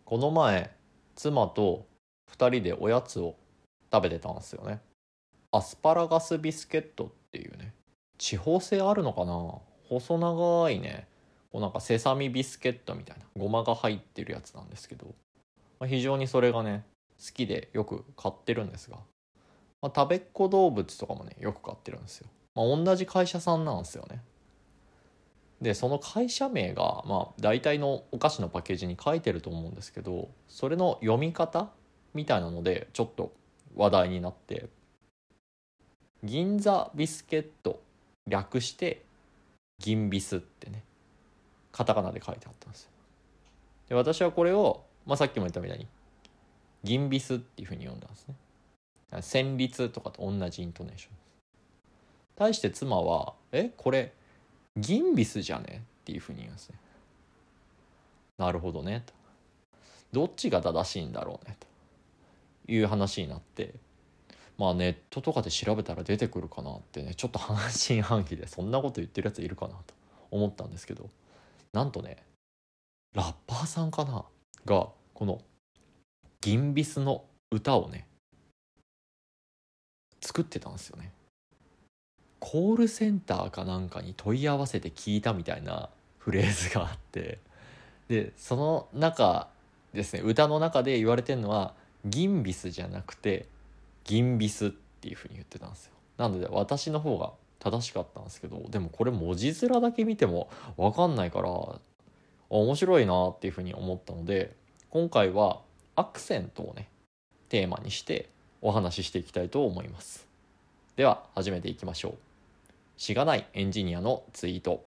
この前妻と2人でおやつを食べてたんですよね。アスパラガスビスケットっていうね、地方性あるのかな、細長いね、こうなんかセサミビスケットみたいなごまが入ってるやつなんですけど、非常にそれがね好きでよく買ってるんですが、食べっ子動物とかもねよく買ってるんですよ。同じ会社さんなんですよね。でその会社名が大体のお菓子のパッケージに書いてると思うんですけど、それの読み方みたいなのでちょっと話題になって、銀座ビスケット略して銀ビスってね、カタカナで書いてあったんですよ。で私はこれを、さっきも言ったみたいに銀ビスっていう風に読んだんですね。旋律とかと同じイントネーションです。対して妻はこれ銀ビスじゃねっていう風に言うんですね。なるほどねと、どっちが正しいんだろうねという話になって、ネットとかで調べたら出てくるかなってね、ちょっと半信半疑でそんなこと言ってるやついるかなと思ったんですけど、なんとねラッパーさんかながこの銀ビスの歌をね作ってたんですよね。コールセンターかなんかに問い合わせて聞いたみたいなフレーズがあって、でその中ですね、歌の中で言われてるのは銀ビスじゃなくて銀ビスっていう風に言ってたんですよ。なので私の方が正しかったんですけど、でもこれ文字面だけ見ても分かんないから面白いなっていう風に思ったので、今回はアクセントをねテーマにしてお話ししていきたいと思います。では始めていきましょう。しがないエンジニアのツイート。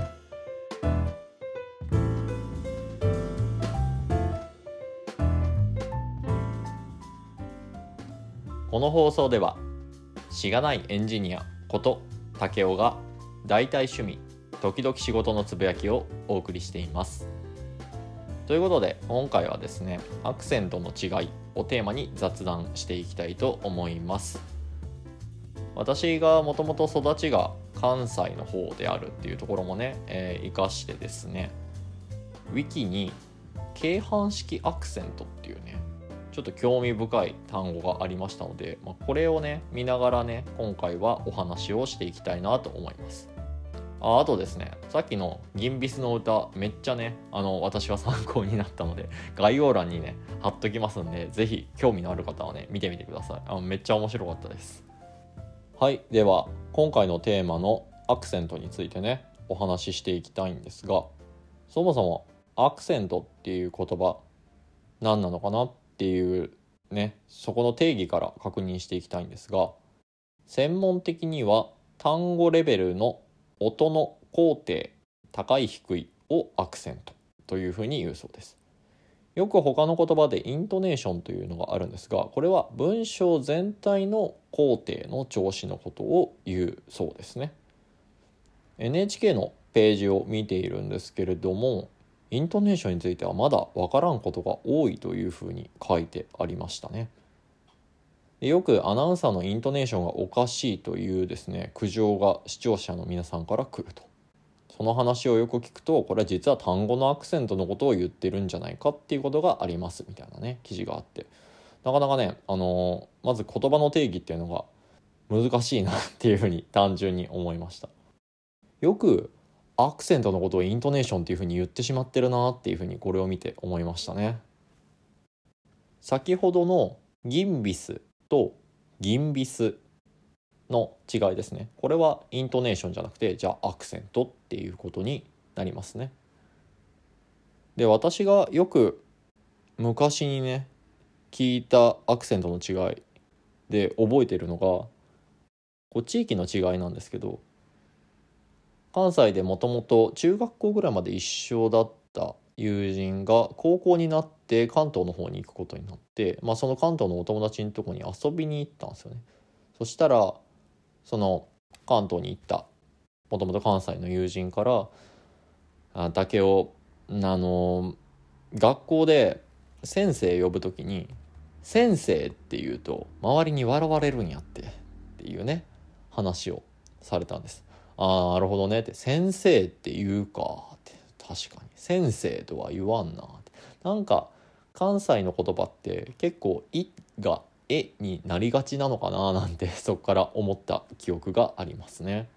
この放送ではしがないエンジニアこと竹雄が大体趣味時々仕事のつぶやきをお送りしています。ということで今回はですね、アクセントの違いをテーマに雑談していきたいと思います。私がもともと育ちが関西の方であるっていうところもね、生かしてですね、ウィキに京阪式アクセントっていうねちょっと興味深い単語がありましたので、これをね見ながらね今回はお話をしていきたいなと思います。あとですね、さっきの銀ビスの歌めっちゃね私は参考になったので概要欄にね貼っときますんで、ぜひ興味のある方はね見てみてください。めっちゃ面白かったです。はい、では今回のテーマのアクセントについてねお話ししていきたいんですが、そもそもアクセントっていう言葉何なのかなっていうね、そこの定義から確認していきたいんですが、専門的には単語レベルの音の高低、高い低いをアクセントというふうに言うそうです。よく他の言葉でイントネーションというのがあるんですが、これは文章全体の高低の調子のことを言うそうですね。NHK のページを見ているんですけれども、イントネーションについてはまだわからんことが多いというふうに書いてありましたね。でよくアナウンサーのイントネーションがおかしいというですね苦情が視聴者の皆さんから来ると。その話をよく聞くと、これは実は単語のアクセントのことを言ってるんじゃないかっていうことがありますみたいなね記事があって、なかなかねまず言葉の定義っていうのが難しいなっていうふうに単純に思いました。よくアクセントのことをイントネーションっていうふうに言ってしまってるなっていうふうにこれを見て思いましたね。先ほどの銀ビスと銀ビスの違いですね。これはイントネーションじゃなくて、じゃあアクセントっていうことになりますね。で、私がよく昔にね聞いたアクセントの違いで覚えてるのが、こう地域の違いなんですけど、関西でもともと中学校ぐらいまで一緒だった友人が高校になって関東の方に行くことになって、その関東のお友達のとこに遊びに行ったんですよね。そしたらその関東に行ったもともと関西の友人から竹雄学校で先生呼ぶときに先生って言うと周りに笑われるんやっていうね話をされたんです。なるほどねって、先生って言うかって、確かに先生とは言わんなって、なんか関西の言葉って結構「い」が「え」になりがちなのかななんてそこから思った記憶がありますね。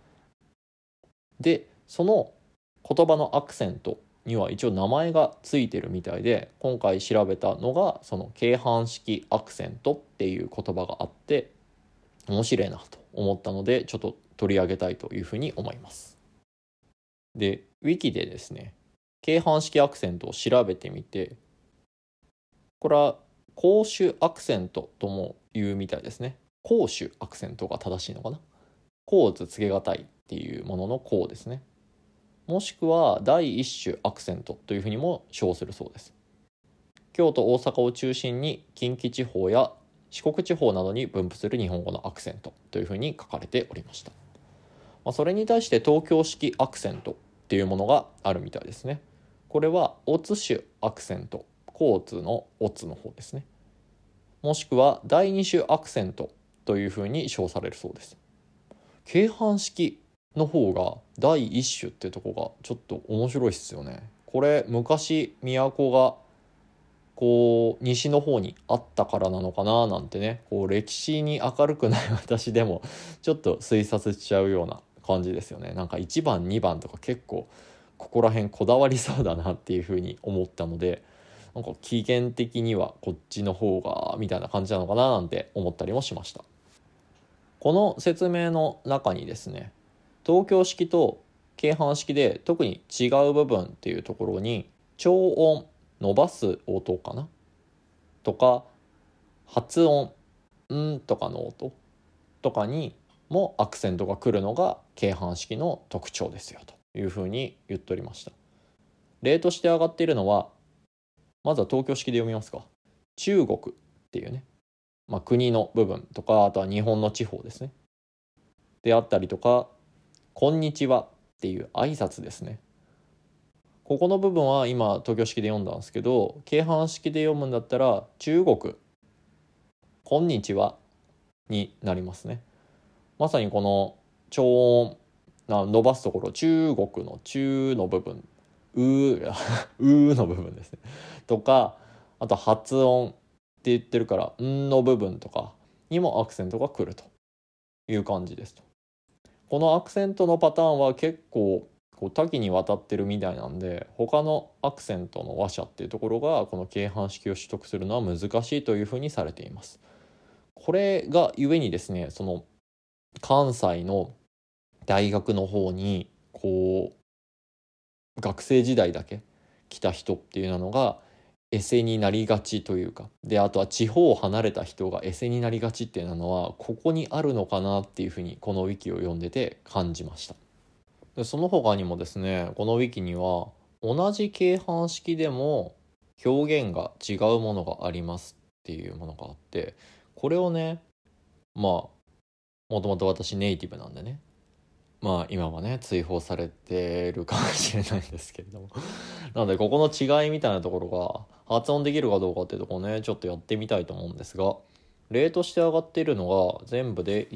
でその言葉のアクセントには一応名前がついてるみたいで、今回調べたのがその京阪式アクセントっていう言葉があって面白いなと思ったので、ちょっと取り上げたいというふうに思います。でウィキでですね、京阪式アクセントを調べてみて、これは公主アクセントとも言うみたいですね。公主アクセントが正しいのかな。甲乙つけがたいっていうものの甲ですね。もしくは第一種アクセントというふうにも称するそうです。京都大阪を中心に近畿地方や四国地方などに分布する日本語のアクセントというふうに書かれておりました。それに対して東京式アクセントっていうものがあるみたいですね。これは乙種アクセント、甲乙の乙の方ですね。もしくは第二種アクセントというふうに称されるそうです。京阪式の方が第一種ってとこがちょっと面白いっすよね。これ昔都がこう西の方にあったからなのかななんてね、こう歴史に明るくない私でもちょっと推察しちゃうような感じですよね。なんか1番2番とか結構ここら辺こだわりそうだなっていうふうに思ったので、なんか起源的にはこっちの方がみたいな感じなのかななんて思ったりもしました。この説明の中にですね、東京式と京阪式で特に違う部分っていうところに長音、伸ばす音かなとか発音んとかの音とかにもアクセントが来るのが京阪式の特徴ですよというふうに言っておりました。例として挙がっているのは、まずは東京式で読みますか。中国っていうね、国の部分とか、あとは日本の地方ですねであったりとか、こんにちはっていう挨拶ですね。ここの部分は今東京式で読んだんですけど、京阪式で読むんだったら中国こんにちはになりますね。まさにこの長音伸ばすところ、中国の中の部分うーうーの部分ですねとか、あと発音って言ってるからんの部分とかにもアクセントが来るという感じですと。このアクセントのパターンは結構こう多岐にわたってるみたいなんで、他のアクセントの話者っていうところがこの京阪式を取得するのは難しいというふうにされています。これがゆえにですね、その関西の大学の方にこう学生時代だけ来た人っていうのがエセになりがちというか、であとは地方を離れた人がエセになりがちっていうのはここにあるのかなっていうふうにこのウィキを読んでて感じました。でその他にもですね、このウィキには同じ京阪式でも表現が違うものがありますっていうものがあって、これをね、もともと私ネイティブなんでね、今はね追放されてるかもしれないんですけれどもなのでここの違いみたいなところが発音できるかどうかっていうところね、ちょっとやってみたいと思うんですが、例として上がっているのが全部で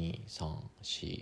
12345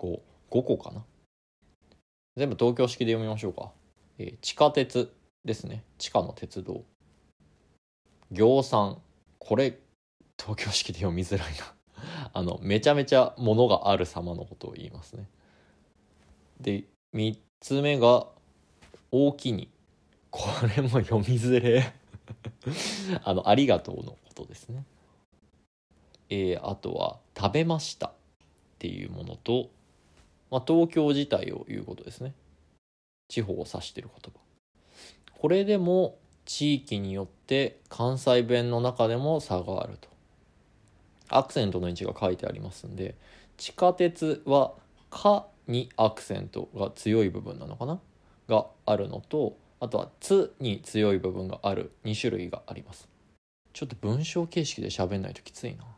5個かな。全部東京式で読みましょうか。地下鉄ですね。地下の鉄道。行産。これ東京式で読みづらいなめちゃめちゃ物がある様のことを言いますね。で3つ目が大きに。これも読みづれありがとうのことですね。あとは食べましたっていうものと、東京自体を言うことですね。地方を指している言葉。これでも地域によって関西弁の中でも差があると。アクセントの位置が書いてありますんで、地下鉄はかにアクセントが強い部分なのかながあるのと、あとはつに強い部分がある2種類があります。ちょっと文章形式で喋んないときついな。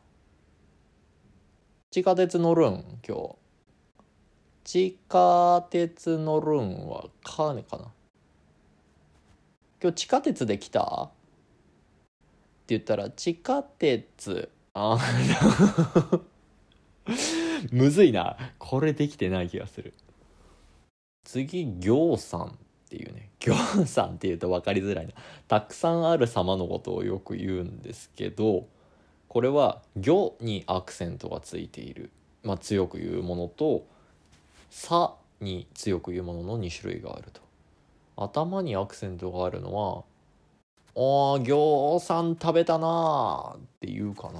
地下鉄乗るん今日。地下鉄乗るんはかねかな。今日地下鉄で来たって言ったら地下鉄むずいな、これできてない気がする。次行さんっていうね、 行さんっていうと分かりづらいな。たくさんある様のことをよく言うんですけど、これは行にアクセントがついている、強く言うものとさに強く言うものの2種類があると。頭にアクセントがあるのは行さん食べたなっていうかな。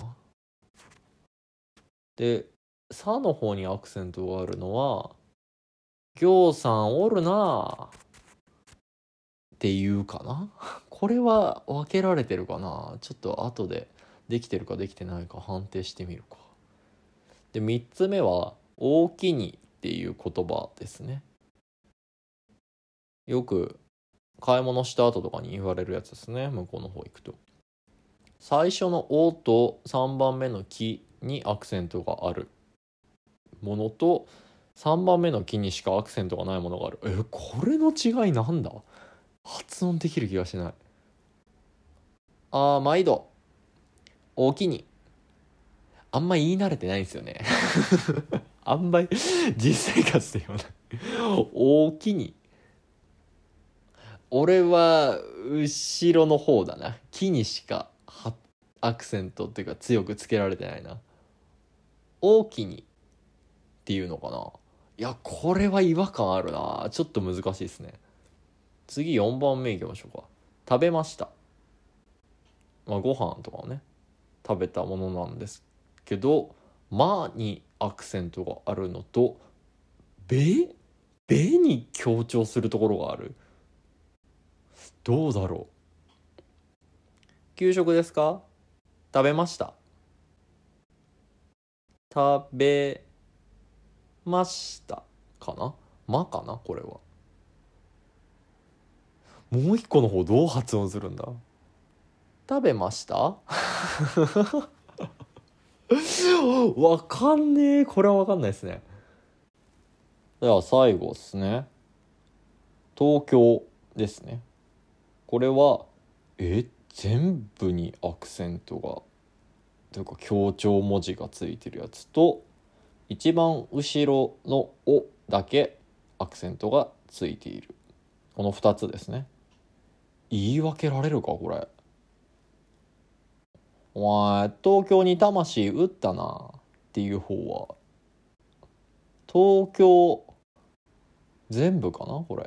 で、さの方にアクセントがあるのは行さんおるなっていうかな。これは分けられてるかな。ちょっと後でできてるかできてないか判定してみるか。で、3つ目は大きにっていう言葉ですね。よく買い物した後とかに言われるやつですね。向こうの方行くと、最初のおと3番目のきにアクセントがあるものと3番目のきにしかアクセントがないものがある。これの違いなんだ。発音できる気がしない。毎度大きに、あんま言い慣れてないんですよね。あんまり実生活で言わない。大きに、俺は後ろの方だな。きにしかアクセントっていうか強くつけられてないな。大きにっていうのかな。いや、これは違和感あるな。ちょっと難しいですね。次4番目いきましょうか。食べました。ご飯とかをね食べたものなんですけど、にアクセントがあるのとべに強調するところがある。どうだろう。給食ですか？食べました。食べましたかな。かな。これはもう一個の方どう発音するんだ。食べました。わかんねえ。これはわかんないですね。では最後ですね。東京ですね。これは全部にアクセントがというか強調文字がついてるやつと、一番後ろのおだけアクセントがついている、この2つですね。言い分けられるかこれ。お前東京に魂打ったなっていう方は東京全部かなこれ。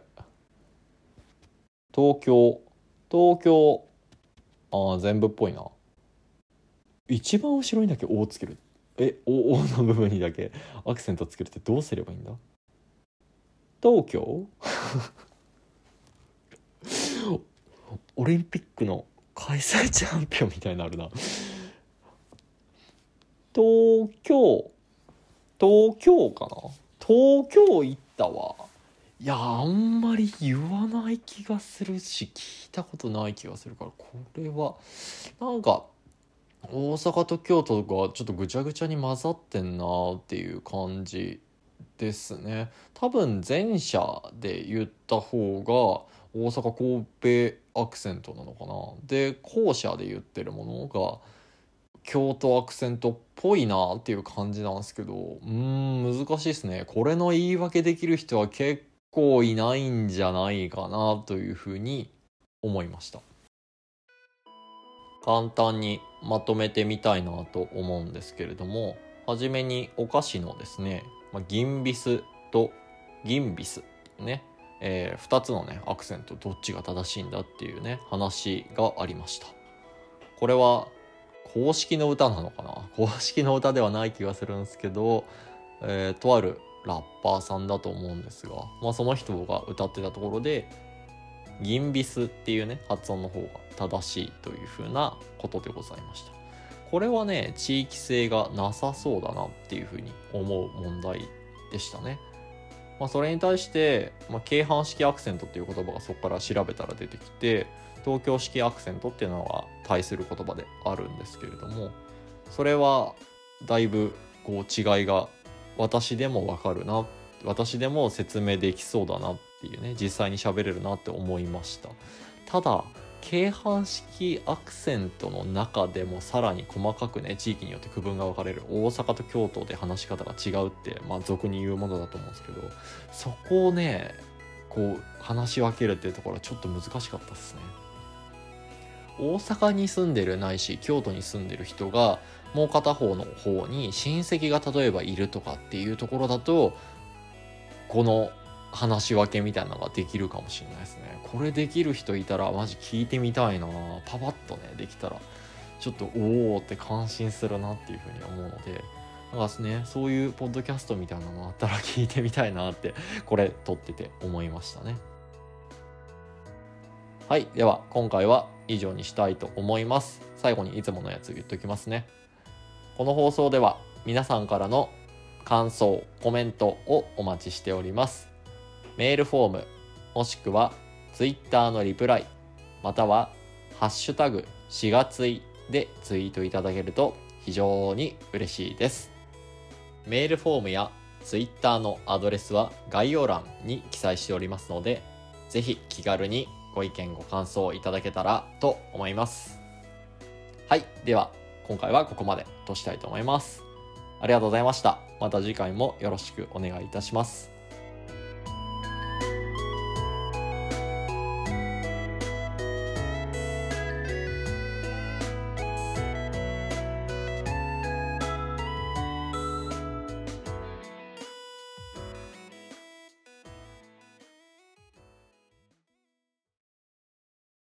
東京全部っぽいな。一番後ろにだけ「お」をつける。おの部分にだけアクセントつけるってどうすればいいんだ。東京オリンピックの開催チャンピオンみたいになるな。東京かな。東京行ったわ。いや、あんまり言わない気がするし聞いたことない気がするから、これはなんか大阪と京都がちょっとぐちゃぐちゃに混ざってんなっていう感じですね。多分前者で言った方が大阪神戸アクセントなのかな。で後者で言ってるものが京都アクセントっぽいなっていう感じなんですけど、難しいですね。これの言い訳できる人は結構いないんじゃないかなというふうに思いました。簡単にまとめてみたいなと思うんですけれども、はじめにお菓子のですね、銀ビスと銀ビスね、2つのねアクセントどっちが正しいんだっていうね話がありました。これは公式の歌なのかな。公式の歌ではない気がするんですけど、とあるラッパーさんだと思うんですが、その人が歌ってたところで銀ビスっていうね発音の方が正しいというふうなことでございました。これはね地域性がなさそうだなっていうふうに思う問題でしたね。それに対して、京阪式アクセントっていう言葉がそこから調べたら出てきて、東京式アクセントっていうのは対する言葉であるんですけれども、それはだいぶこう違いが私でもわかるな、私でも説明できそうだなっていうね、実際に喋れるなって思いました。ただ京阪式アクセントの中でもさらに細かくね地域によって区分が分かれる。大阪と京都で話し方が違うって俗に言うものだと思うんですけど、そこをねこう話し分けるっていうところはちょっと難しかったですね。大阪に住んでるないし京都に住んでる人がもう片方の方に親戚が例えばいるとかっていうところだと、この話し分けみたいなのができるかもしれないですね。これできる人いたらマジ聞いてみたいな。パパッとねできたらちょっとおーって感心するなっていうふうに思うので、なんかね、そういうポッドキャストみたいなのあったら聞いてみたいなってこれ撮ってて思いましたね。はい、では今回は以上にしたいと思います。最後にいつものやつ言っときますね。この放送では皆さんからの感想、コメントをお待ちしております。メールフォーム、もしくは Twitter のリプライ、またはハッシュタグ4月いでツイートいただけると非常に嬉しいです。メールフォームや Twitter のアドレスは概要欄に記載しておりますので、ぜひ気軽にご意見ご感想いただけたらと思います。はい、では今回はここまでとしたいと思います。ありがとうございました。また次回もよろしくお願いいたします。